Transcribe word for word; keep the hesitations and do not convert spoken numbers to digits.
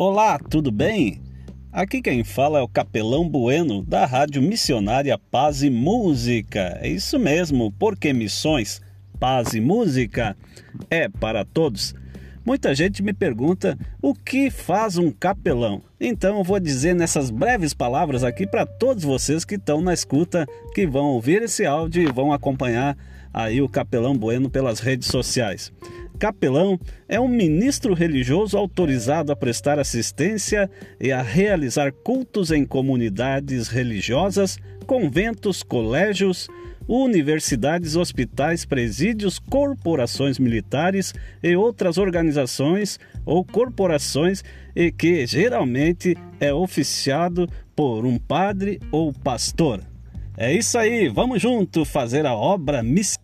Olá, tudo bem? Aqui quem fala é o Capelão Bueno, da Rádio Missionária Paz e Música. É isso mesmo, porque missões, paz e música é para todos. Muita gente me pergunta o que faz um capelão. Então eu vou dizer nessas breves palavras aqui para todos vocês que estão na escuta, que vão ouvir esse áudio e vão acompanhar aí o Capelão Bueno pelas redes sociais. Capelão é um ministro religioso autorizado a prestar assistência e a realizar cultos em comunidades religiosas, conventos, colégios, universidades, hospitais, presídios, corporações militares e outras organizações ou corporações e que geralmente é oficiado por um padre ou pastor. É isso aí, vamos junto fazer a obra missionária.